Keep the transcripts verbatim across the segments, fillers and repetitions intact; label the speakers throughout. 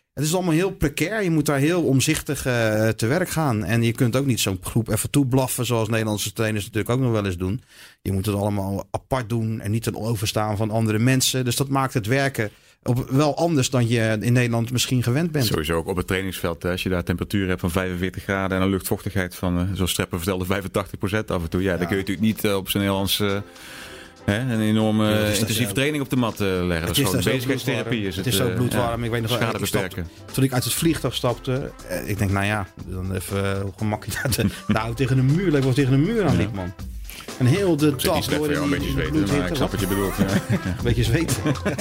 Speaker 1: Het is allemaal heel precair. Je moet daar heel omzichtig uh, te werk gaan. En je kunt ook niet zo'n groep even toeblaffen zoals Nederlandse trainers natuurlijk ook nog wel eens doen. Je moet het allemaal apart doen en niet ten overstaan van andere mensen. Dus dat maakt het werken op, wel anders dan je in Nederland misschien gewend bent.
Speaker 2: Sowieso ook op het trainingsveld. Hè, als je daar temperatuur hebt van vijfenveertig graden en een luchtvochtigheid van, uh, zoals Streppel vertelde, vijfentachtig procent af en toe. Ja, ja. Dan kun je natuurlijk niet uh, op zijn Nederlands... Uh, Hè, een enorme ja, intensieve ja. training op de mat uh, leggen. Dat is gewoon bezigheidstherapie.
Speaker 1: Het is zo bloedwarm. Ja, ik weet nog
Speaker 2: schade beperken.
Speaker 1: Toen ik uit het vliegtuig stapte, uh, ik denk, nou ja, dan even uh, gemakkelijk naar de, nou, tegen een muur. Lijkt wel tegen een muur aan liep, man. En heel de dag.
Speaker 2: Het is niet slecht voor jou, een beetje zweten, maar ik snap wat je bedoelt. Ja.
Speaker 1: Een beetje zweten.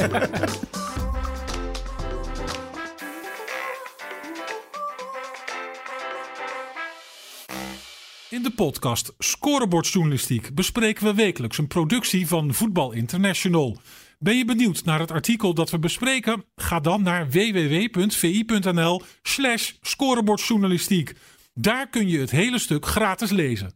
Speaker 3: In de podcast Scorebordjournalistiek bespreken we wekelijks een productie van Voetbal International. Ben je benieuwd naar het artikel dat we bespreken? Ga dan naar www.vi.nl slash scorebordjournalistiek. Daar kun je het hele stuk gratis lezen.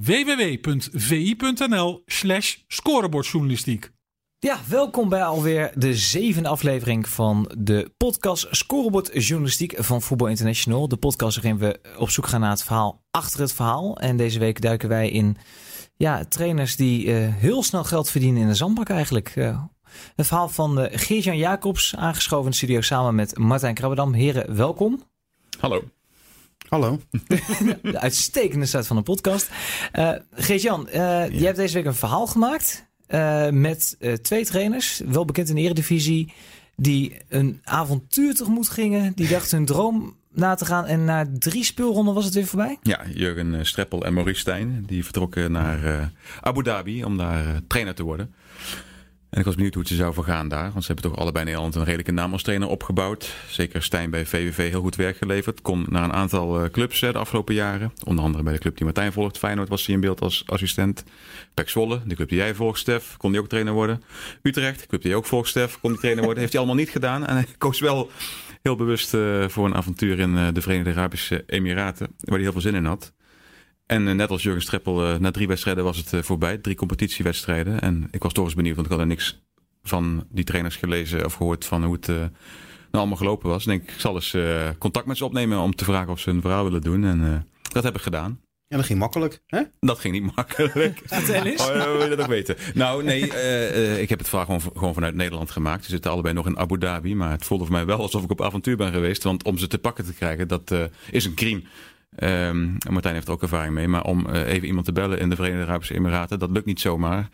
Speaker 3: www.vi.nl slash scorebordjournalistiek.
Speaker 4: Ja, welkom bij alweer de zevende aflevering van de podcast Scorebord Journalistiek van Voetbal International. De podcast waarin we op zoek gaan naar het verhaal achter het verhaal. En deze week duiken wij in ja, trainers die uh, heel snel geld verdienen in de zandbak eigenlijk. Uh, het verhaal van uh, Geert-Jan Jacobs, aangeschoven in de studio samen met Martijn Krabbedam. Heren, welkom.
Speaker 2: Hallo.
Speaker 1: Hallo.
Speaker 4: De uitstekende start van de podcast. Uh, Geert-Jan, uh, ja. jij hebt deze week een verhaal gemaakt... Uh, met uh, twee trainers, wel bekend in de Eredivisie, die een avontuur tegemoet gingen. Die dachten hun droom na te gaan en na drie speelronden was het weer voorbij?
Speaker 2: Ja, Jurgen Streppel en Maurice Stijn, die vertrokken naar uh, Abu Dhabi om daar uh, trainer te worden. En ik was benieuwd hoe het ze zou vergaan daar. Want ze hebben toch allebei in Nederland een redelijke naam als trainer opgebouwd. Zeker Stijn bij V V V heel goed werk geleverd. Kon naar een aantal uh, clubs uh, de afgelopen jaren. Onder andere bij de club die Martijn volgt. Feyenoord was hij in beeld als assistent. P E C Zwolle, de club die jij volgt, Stef. Kon hij ook trainer worden. Utrecht, de club die jij ook volgt, Stef. Kon hij trainer worden. Heeft hij allemaal niet gedaan. En hij koos wel heel bewust uh, voor een avontuur in uh, de Verenigde Arabische Emiraten. Waar hij heel veel zin in had. En uh, net als Jurgen Streppel, uh, na drie wedstrijden was het uh, voorbij. Drie competitiewedstrijden. En ik was toch eens benieuwd, want ik had er niks van die trainers gelezen of gehoord van hoe het uh, nou allemaal gelopen was. Ik denk, ik zal eens uh, contact met ze opnemen om te vragen of ze een verhaal willen doen. En uh, dat heb ik gedaan.
Speaker 1: Ja, dat ging makkelijk, hè?
Speaker 2: Dat ging niet makkelijk.
Speaker 4: Vertel eens.
Speaker 2: Oh, wil je dat ook weten? Nou, nee, uh, uh, ik heb het verhaal gewoon, gewoon vanuit Nederland gemaakt. Ze zitten allebei nog in Abu Dhabi, maar het voelde voor mij wel alsof ik op avontuur ben geweest. Want om ze te pakken te krijgen, dat uh, is een crime. Um, Martijn heeft er ook ervaring mee, maar om uh, even iemand te bellen in de Verenigde Arabische Emiraten, dat lukt niet zomaar.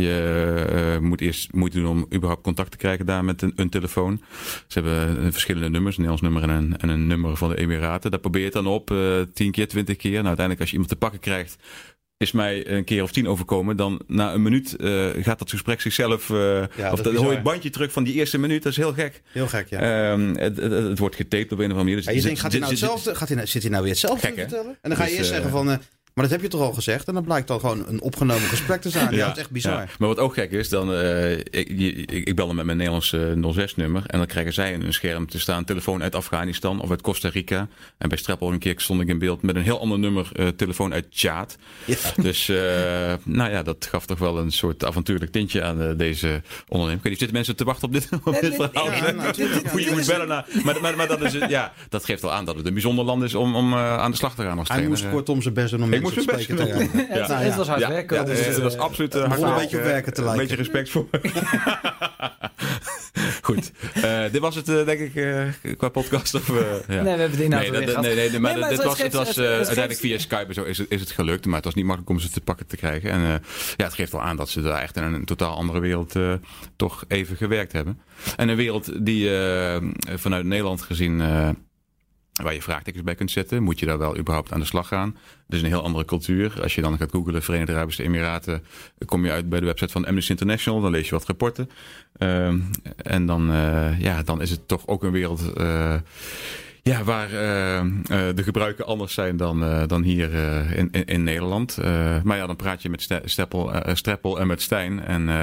Speaker 2: Je uh, moet eerst moeite doen om überhaupt contact te krijgen daar met een, een telefoon. Ze hebben uh, verschillende nummers, een Nederlands nummer en een, en een nummer van de Emiraten. Daar probeer je het dan op, uh, tien keer, twintig keer. Nou, uiteindelijk als je iemand te pakken krijgt, is mij een keer of tien overkomen. Dan na een minuut uh, gaat dat gesprek zichzelf... Uh, ja, of dan hoor je het bandje terug van die eerste minuut. Dat is heel gek.
Speaker 1: Heel gek, ja.
Speaker 2: Um, het, het, het wordt getaped op een of andere manier. Dus
Speaker 1: ja, je denkt, gaat hij nou hetzelfde, gaat hij nou, zit hij nou weer hetzelfde gek, te vertellen? En dan ga je dus, eerst uh, zeggen van... Uh, maar dat heb je toch al gezegd? En dan blijkt dan gewoon een opgenomen gesprek te zijn. Ja, ja, dat is echt bizar. Ja.
Speaker 2: Maar wat ook gek is, dan uh, ik, ik, ik bel dan met mijn Nederlandse nul zes nummer. En dan krijgen zij in hun scherm te staan telefoon uit Afghanistan of uit Costa Rica. En bij Streppel een keer stond ik in beeld met een heel ander nummer uh, telefoon uit Tjaad. Ja. Dus uh, nou ja, dat gaf toch wel een soort avontuurlijk tintje aan uh, deze onderneming. Die zitten mensen te wachten op dit, op dit verhaal. Ja, nou, hoe je moet bellen naar. Maar, maar, maar dat, is, ja, dat geeft wel aan dat het een bijzonder land is om, om uh, aan de slag te gaan als trainer.
Speaker 1: Hij moest kortom zijn best doen om
Speaker 2: ik moest best doen.
Speaker 4: Ja. Ja. Ja. Het was hard
Speaker 2: ja.
Speaker 4: werken.
Speaker 2: Ja, het, het was absoluut uh, hard
Speaker 1: een beetje werken te lijken.
Speaker 2: Een beetje respect voor. Goed. Uh, dit was het uh, denk ik uh, qua podcast. Of, uh, ja.
Speaker 4: Nee, we hebben de inhoud
Speaker 2: nee,
Speaker 4: weer
Speaker 2: dat, nee, nee, nee, maar, nee, maar dit
Speaker 4: het
Speaker 2: was,
Speaker 4: geeft,
Speaker 2: het was uh,
Speaker 4: het, het
Speaker 2: uiteindelijk
Speaker 4: geeft...
Speaker 2: via Skype zo is het, is het gelukt. Maar het was niet makkelijk om ze te pakken te krijgen. En uh, ja, het geeft wel aan dat ze daar echt in een totaal andere wereld uh, toch even gewerkt hebben. En een wereld die uh, vanuit Nederland gezien... Uh, waar je vraagtekens bij kunt zetten. Moet je daar wel überhaupt aan de slag gaan? Het is een heel andere cultuur. Als je dan gaat googlen Verenigde Arabische Emiraten, kom je uit bij de website van Amnesty International. Dan lees je wat rapporten. Um, en dan, uh, ja, dan is het toch ook een wereld... Uh, Ja, waar uh, uh, de gebruiken anders zijn dan, uh, dan hier uh, in, in, in Nederland. Uh, maar ja, dan praat je met Ste- Steppel, uh, Streppel en met Stijn. En uh,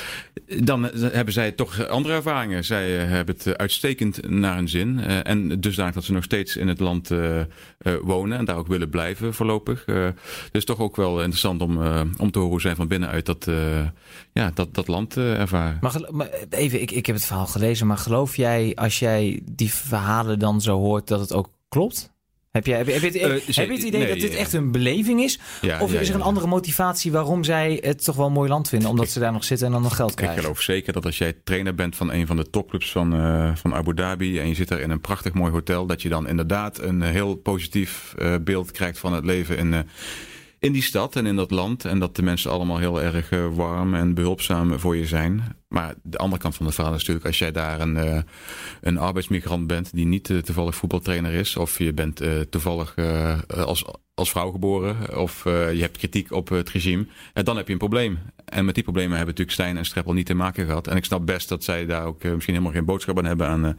Speaker 2: dan hebben zij toch andere ervaringen. Zij uh, hebben het uitstekend naar hun zin. Uh, en dusdanig dat ze nog steeds in het land uh, uh, wonen. En daar ook willen blijven voorlopig. Uh, dus toch ook wel interessant om, uh, om te horen hoe zij van binnenuit dat, uh, ja, dat, dat land uh, ervaren.
Speaker 4: Maar, maar even, ik, ik heb het verhaal gelezen. Maar geloof jij, als jij die verhalen dan zo hoort, dat het ook klopt? Heb je, heb je, heb je, het, uh, heb je het idee nee, dat dit echt een beleving is?
Speaker 2: Ja,
Speaker 4: of
Speaker 2: ja,
Speaker 4: is er een
Speaker 2: ja.
Speaker 4: andere motivatie waarom zij het toch wel een mooi land vinden? Omdat ze daar nog zitten en dan nog geld krijgen?
Speaker 2: Ik geloof zeker dat als jij trainer bent van een van de topclubs van, uh, van Abu Dhabi en je zit er in een prachtig mooi hotel, dat je dan inderdaad een heel positief uh, beeld krijgt van het leven in, uh, in die stad en in dat land. En dat de mensen allemaal heel erg uh, warm en behulpzaam voor je zijn. Maar de andere kant van het verhaal is natuurlijk, als jij daar een, uh, een arbeidsmigrant bent die niet uh, toevallig voetbaltrainer is, of je bent uh, toevallig uh, als, als vrouw geboren, of uh, je hebt kritiek op het regime, en dan heb je een probleem. En met die problemen hebben natuurlijk Stijn en Streppel niet te maken gehad. En ik snap best dat zij daar ook uh, misschien helemaal geen boodschap aan hebben aan, uh,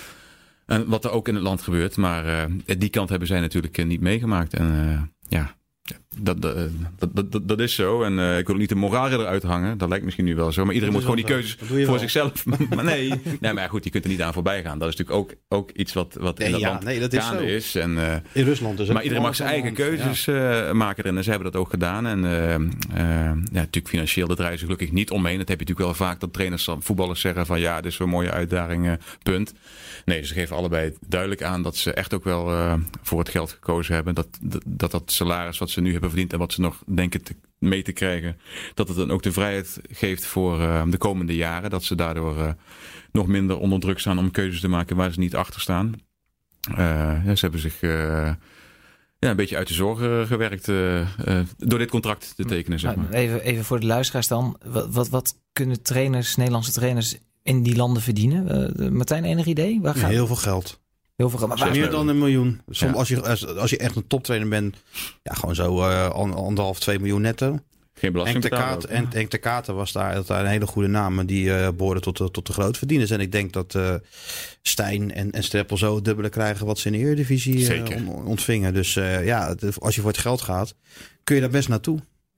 Speaker 2: aan wat er ook in het land gebeurt. Maar uh, die kant hebben zij natuurlijk uh, niet meegemaakt. En uh, ja... Dat, dat, dat, dat, dat is zo. En uh, ik wil niet de moraal eruit hangen. Dat lijkt misschien nu wel zo. Maar iedereen moet gewoon die keuzes voor wel. zichzelf. Maar nee. nee, maar goed, je kunt er niet aan voorbij gaan. Dat is natuurlijk ook, ook iets wat, wat nee, in dat ja, land
Speaker 1: nee, dat is
Speaker 2: gaande is. En, uh,
Speaker 1: in Rusland is het.
Speaker 2: Maar iedereen mag zijn eigen keuzes ja. uh, maken erin. En ze hebben dat ook gedaan. En uh, uh, ja, natuurlijk financieel, dat draaien ze gelukkig niet omheen. Dat heb je natuurlijk wel vaak dat trainers, voetballers zeggen van ja, dit is een mooie uitdaging, uh, punt. Nee, ze geven allebei duidelijk aan dat ze echt ook wel uh, voor het geld gekozen hebben. Dat dat, dat dat salaris wat ze nu hebben verdiend en wat ze nog denken te, mee te krijgen, dat het dan ook de vrijheid geeft voor uh, de komende jaren. Dat ze daardoor uh, nog minder onder druk staan om keuzes te maken waar ze niet achter staan. Uh, ja, ze hebben zich uh, ja, een beetje uit de zorgen gewerkt uh, uh, door dit contract te tekenen. Zeg maar.
Speaker 4: Even, even voor de luisteraars dan. Wat, wat, wat kunnen trainers, Nederlandse trainers in die landen verdienen? Uh, Martijn, enig idee? Waar gaat...
Speaker 1: Heel veel geld.
Speaker 4: Heel veel geld. Maar
Speaker 1: meer dan een miljoen. Som,
Speaker 2: ja.
Speaker 1: als, je, als, als je echt een toptrainer bent, ja, gewoon zo uh, anderhalf, twee miljoen netto.
Speaker 2: Geen belasting betalen.
Speaker 1: En Henk de Kater was daar, dat daar een hele goede naam, maar die uh, behoorden tot de, tot de grootverdieners. En ik denk dat uh, Stijn en, en Streppel zo het dubbele krijgen wat ze in de Eredivisie uh, on, ontvingen. Dus uh, ja, als je voor het geld gaat, kun je daar best naartoe.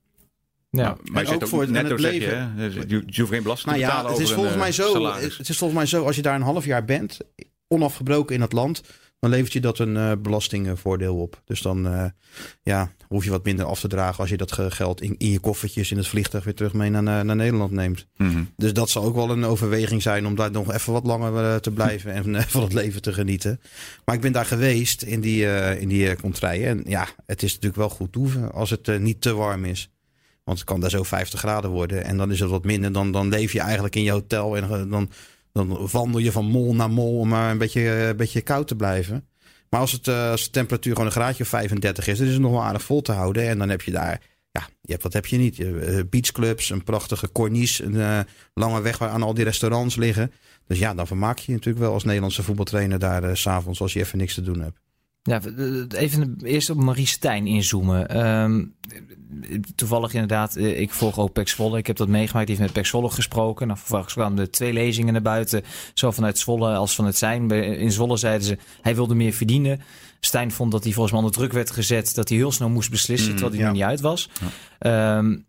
Speaker 2: Ja, maar, maar je ook voor het, netto het leven. Je, hè? Je, je hoeft geen belasting
Speaker 1: nou
Speaker 2: te betalen
Speaker 1: ja, het is
Speaker 2: over
Speaker 1: volgens
Speaker 2: een
Speaker 1: mij zo,
Speaker 2: salaris.
Speaker 1: Het is volgens mij zo, als je daar een half jaar bent, onafgebroken in het land, dan levert je dat een uh, belastingvoordeel op. Dus dan uh, ja, hoef je wat minder af te dragen als je dat geld in, in je koffertjes in het vliegtuig weer terug mee naar, naar Nederland neemt. Mm-hmm. Dus dat zal ook wel een overweging zijn om daar nog even wat langer uh, te blijven en uh, van het leven te genieten. Maar ik ben daar geweest in die, uh, in die uh, contraien. En ja, het is natuurlijk wel goed toeven als het uh, niet te warm is. Want het kan daar zo vijftig graden worden. En dan is het wat minder. Dan, dan leef je eigenlijk in je hotel. En uh, dan, dan wandel je van mol naar mol om maar een beetje, uh, een beetje koud te blijven. Maar als, het, uh, als de temperatuur gewoon een graadje of vijfendertig is, dan is het nog wel aardig vol te houden. En dan heb je daar, ja, je hebt, wat heb je niet? Uh, beachclubs, een prachtige corniche, een uh, lange weg waar aan al die restaurants liggen. Dus ja, dan vermaak je je natuurlijk wel als Nederlandse voetbaltrainer daar uh, 's avonds als je even niks te doen hebt.
Speaker 4: Ja, even eerst op Marie Stijn inzoomen. Um, toevallig inderdaad, ik volg ook P E C Zwolle. Ik heb dat meegemaakt, die heeft met P E C Zwolle gesproken. Nou, vervolgens kwamen er twee lezingen naar buiten. Zo vanuit Zwolle als vanuit zijn. In Zwolle zeiden ze, hij wilde meer verdienen. Stijn vond dat hij volgens mij onder druk werd gezet. Dat hij heel snel moest beslissen, mm, terwijl hij ja. er niet uit was. Ja. Um,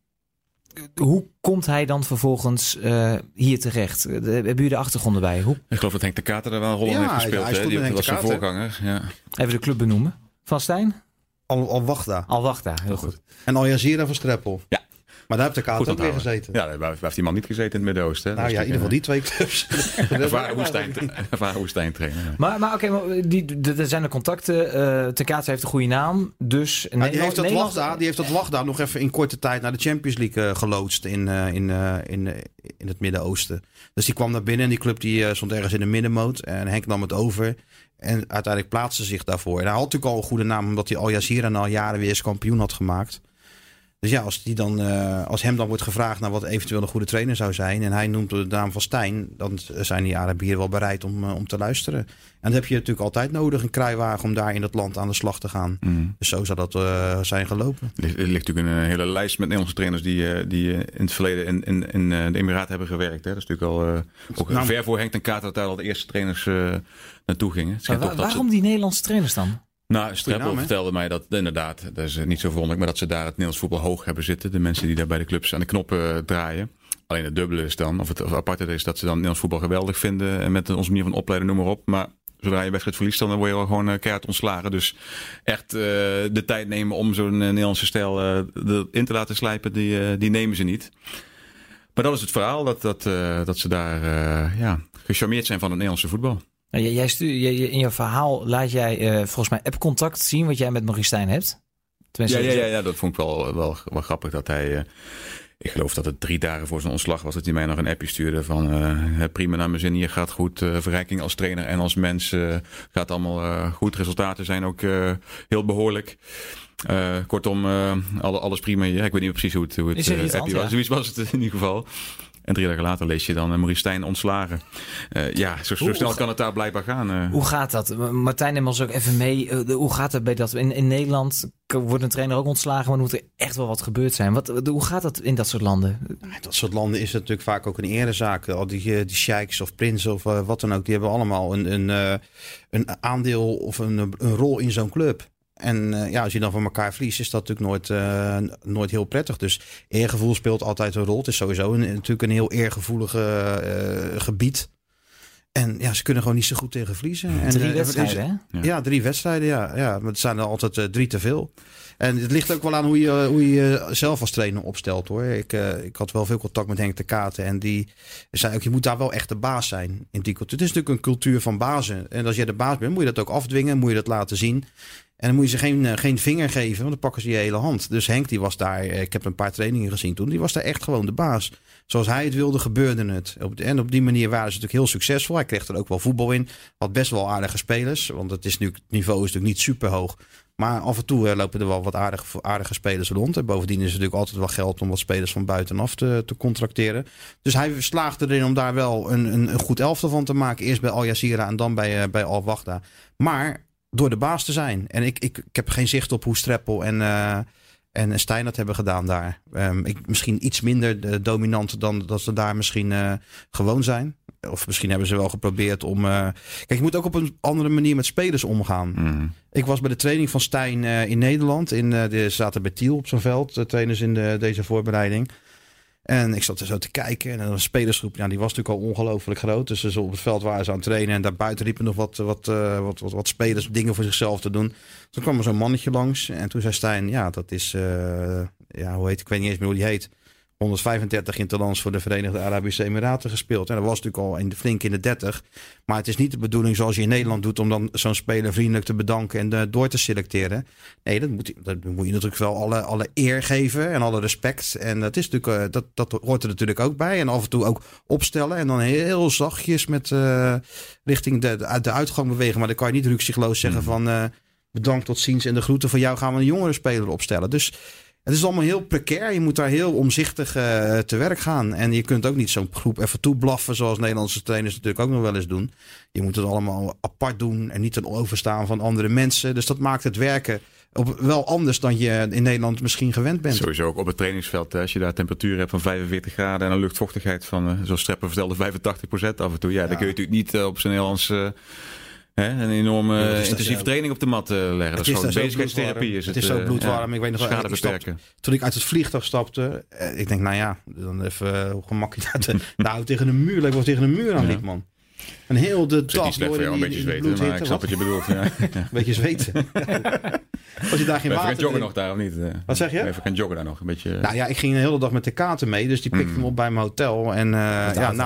Speaker 4: hoe komt hij dan vervolgens uh, hier terecht? Uh, hebben jullie de achtergrond erbij? Hoe?
Speaker 2: Ik geloof dat Henk de Kater er wel een rol in
Speaker 1: ja,
Speaker 2: heeft gespeeld.
Speaker 1: Hij, hij
Speaker 2: die
Speaker 1: Henk
Speaker 2: was zijn voorganger. Ja.
Speaker 4: Even de club benoemen. Van Stijn?
Speaker 1: Al, al Wachtda.
Speaker 4: Al Wachtda, heel goed.
Speaker 1: En Al Jazeera van Streppel.
Speaker 2: Ja.
Speaker 1: Maar daar heeft de Kater ook weer gezeten.
Speaker 2: Ja, waar heeft die man niet gezeten in het Midden-Oosten.
Speaker 1: Nou ja, in ieder geval die twee clubs.
Speaker 2: Ervaren Woestijn trainen. Ja.
Speaker 4: Maar, maar oké, okay, er zijn er contacten. Uh, de Kater heeft een goede naam. Dus
Speaker 1: ja, die, heeft dat Wachtda, die heeft dat Wachtda nog even in korte tijd naar de Champions League uh, geloodst in, uh, in, uh, in, uh, in het Midden-Oosten. Dus die kwam naar binnen en die club die, uh, stond ergens in de middenmoot. En Henk nam het over. En uiteindelijk plaatste zich daarvoor. En hij had natuurlijk al een goede naam, omdat hij Al Jazeera na al jaren weer eens kampioen had gemaakt. Dus ja, als, die dan, uh, als hem dan wordt gevraagd naar wat eventueel een goede trainer zou zijn. En hij noemt de naam van Stijn. Dan zijn die Arabieren wel bereid om, uh, om te luisteren. En dat heb je natuurlijk altijd nodig. Een kruiwagen om daar in dat land aan de slag te gaan. Mm. Dus zo zou dat uh, zijn gelopen.
Speaker 2: Er ligt, er ligt natuurlijk een hele lijst met Nederlandse trainers. Die, uh, die uh, in het verleden in, in, in uh, de Emiraten hebben gewerkt. Hè. Dat is natuurlijk al uh, ook nou, ver voor Henk ten Kater. Dat daar al de eerste trainers uh, naartoe gingen.
Speaker 4: Wa- wa- waarom ze... die Nederlandse trainers dan?
Speaker 2: Nou, Streppel vertelde mij dat inderdaad, dat is niet zo verwonderlijk, maar dat ze daar het Nederlands voetbal hoog hebben zitten. De mensen die daar bij de clubs aan de knoppen draaien. Alleen het dubbele is dan, of het of aparte is, dat ze dan Nederlands voetbal geweldig vinden. En met onze manier van opleiden, noem maar op. Maar zodra je wedstrijd verliest, dan word je wel gewoon keihard ontslagen. Dus echt uh, de tijd nemen om zo'n Nederlandse stijl uh, in te laten slijpen, die, uh, die nemen ze niet. Maar dat is het verhaal, dat, dat, uh, dat ze daar uh, ja, gecharmeerd zijn van het Nederlandse voetbal.
Speaker 4: Jij stuur, in je verhaal laat jij uh, volgens mij appcontact zien wat jij met Maurice Stijn hebt.
Speaker 2: Ja, ja, ja, ja, dat vond ik wel, wel, wel grappig dat hij... Uh, ik geloof dat het drie dagen voor zijn ontslag was dat hij mij nog een appje stuurde van uh, prima naar mijn zin, hier gaat goed, uh, verrijking als trainer en als mens uh, gaat allemaal uh, goed. Resultaten zijn ook uh, heel behoorlijk. Uh, kortom, uh, alles prima hier. Ik weet niet precies hoe het, hoe het uh, appje was. Ja. Zoiets was het in ieder geval. En drie dagen later lees je dan uh, Maurice Stijn ontslagen. Uh, ja, zo, zo hoe, snel kan het daar blijkbaar gaan. Uh.
Speaker 4: Hoe gaat dat? Martijn neemt ons ook even mee. Uh, de, hoe gaat het bij dat? In, in Nederland wordt een trainer ook ontslagen, maar er moet er echt wel wat gebeurd zijn. Wat, de, hoe gaat dat in dat soort landen?
Speaker 1: In dat soort landen is het natuurlijk vaak ook een erezaak. Al die, die sheiks of prinsen of uh, wat dan ook, die hebben allemaal een, een, uh, een aandeel of een, een rol in zo'n club. En uh, ja, als je dan van elkaar verliest, is dat natuurlijk nooit, uh, nooit heel prettig. Dus eergevoel speelt altijd een rol. Het is sowieso een, natuurlijk een heel eergevoelig uh, gebied. En ja, ze kunnen gewoon niet zo goed tegen verliezen. En,
Speaker 4: drie
Speaker 1: uh,
Speaker 4: wedstrijden,
Speaker 1: is,
Speaker 4: hè?
Speaker 1: Ja, drie wedstrijden, ja. ja. Maar het zijn er altijd uh, drie te veel. En het ligt ook wel aan hoe je, hoe je zelf als trainer opstelt, hoor. Ik, uh, ik had wel veel contact met Henk ten Katen. En die zei ook, je moet daar wel echt de baas zijn in die cultuur. Het is natuurlijk een cultuur van bazen. En als jij de baas bent, moet je dat ook afdwingen. Moet je dat laten zien. En dan moet je ze geen, geen vinger geven, want dan pakken ze je hele hand. Dus Henk, die was daar, ik heb een paar trainingen gezien toen, die was daar echt gewoon de baas. Zoals hij het wilde, gebeurde het. En op die manier waren ze natuurlijk heel succesvol. Hij kreeg er ook wel voetbal in. Had best wel aardige spelers, want het, is nu, het niveau is natuurlijk niet super hoog. Maar af en toe lopen er wel wat aardige, aardige spelers rond. En bovendien is er natuurlijk altijd wel geld om wat spelers van buitenaf te, te contracteren. Dus hij slaagde erin om daar wel een, een, een goed elftal van te maken. Eerst bij Al Jazeera en dan bij, uh, bij Al Wahda. Maar door de baas te zijn. En ik, ik, ik heb geen zicht op hoe Streppel en, uh, en Stijn dat hebben gedaan daar. Um, ik, misschien iets minder uh, dominant dan dat ze daar misschien uh, gewoon zijn. Of misschien hebben ze wel geprobeerd om... Uh... Kijk, je moet ook op een andere manier met spelers omgaan. Mm. Ik was bij de training van Stijn uh, in Nederland. In, uh, de zaten bij Tiel op zo'n veld, de trainers in de, deze voorbereiding. En ik zat er zo te kijken. En een spelersgroep, ja, die was natuurlijk al ongelooflijk groot. Dus ze op het veld waren ze aan het trainen. En daarbuiten riepen nog wat, wat, uh, wat, wat, wat spelers dingen voor zichzelf te doen. Toen kwam er zo'n mannetje langs. En toen zei Stijn, ja, dat is... Uh, ja, hoe heet, ik weet niet eens meer hoe die heet. honderdvijfendertig interlands voor de Verenigde Arabische Emiraten gespeeld. En dat was natuurlijk al in de, flink in de dertig. Maar het is niet de bedoeling zoals je in Nederland doet... om dan zo'n speler vriendelijk te bedanken en uh, door te selecteren. Nee, dat moet, dat moet je natuurlijk wel alle, alle eer geven en alle respect. En dat, is natuurlijk, uh, dat, dat hoort er natuurlijk ook bij. En af en toe ook opstellen. En dan heel zachtjes met uh, richting de, de, de uitgang bewegen. Maar dan kan je niet rukzichtloos zeggen mm. van... Uh, bedankt, tot ziens en de groeten van jou gaan we een jongere speler opstellen. Dus... Het is allemaal heel precair. Je moet daar heel omzichtig uh, te werk gaan. En je kunt ook niet zo'n groep even toeblaffen... zoals Nederlandse trainers natuurlijk ook nog wel eens doen. Je moet het allemaal apart doen... en niet ten overstaan van andere mensen. Dus dat maakt het werken op, wel anders... dan je in Nederland misschien gewend bent.
Speaker 2: Sowieso ook op het trainingsveld. Hè. Als je daar temperatuur hebt van vijfenveertig graden... en een luchtvochtigheid van, uh, zoals Streppel vertelde, vijfentachtig procent af en toe. Ja, ja. Dan kun je natuurlijk niet uh, op zijn Nederlandse... Uh, He, een enorme ja, dat, intensieve ja, training op de mat uh, leggen. Dat is gewoon bezigheidstherapie. Is
Speaker 1: het,
Speaker 2: het
Speaker 1: is zo bloedwarm. Ja, ik weet nog wel,
Speaker 2: ik stapte,
Speaker 1: toen ik uit het vliegtuig stapte, uh, ik denk, nou ja, dan even uh, hoe gemakkelijk dat. Nou, tegen een muur, lijkt wel tegen een muur aan liep, man. En heel de dag.
Speaker 2: Het is niet slecht voor jou, een beetje zweten, maar ik snap wat je bedoelt. Ja.
Speaker 1: Een beetje zweten. Als je daar geen water
Speaker 2: even joggen nog daar of niet?
Speaker 1: Wat zeg je?
Speaker 2: Even gaan joggen daar nog een beetje.
Speaker 1: Nou ja, ik ging de hele dag met de katen mee, dus die pikte mm. hem op bij mijn hotel. En uh, ja, na de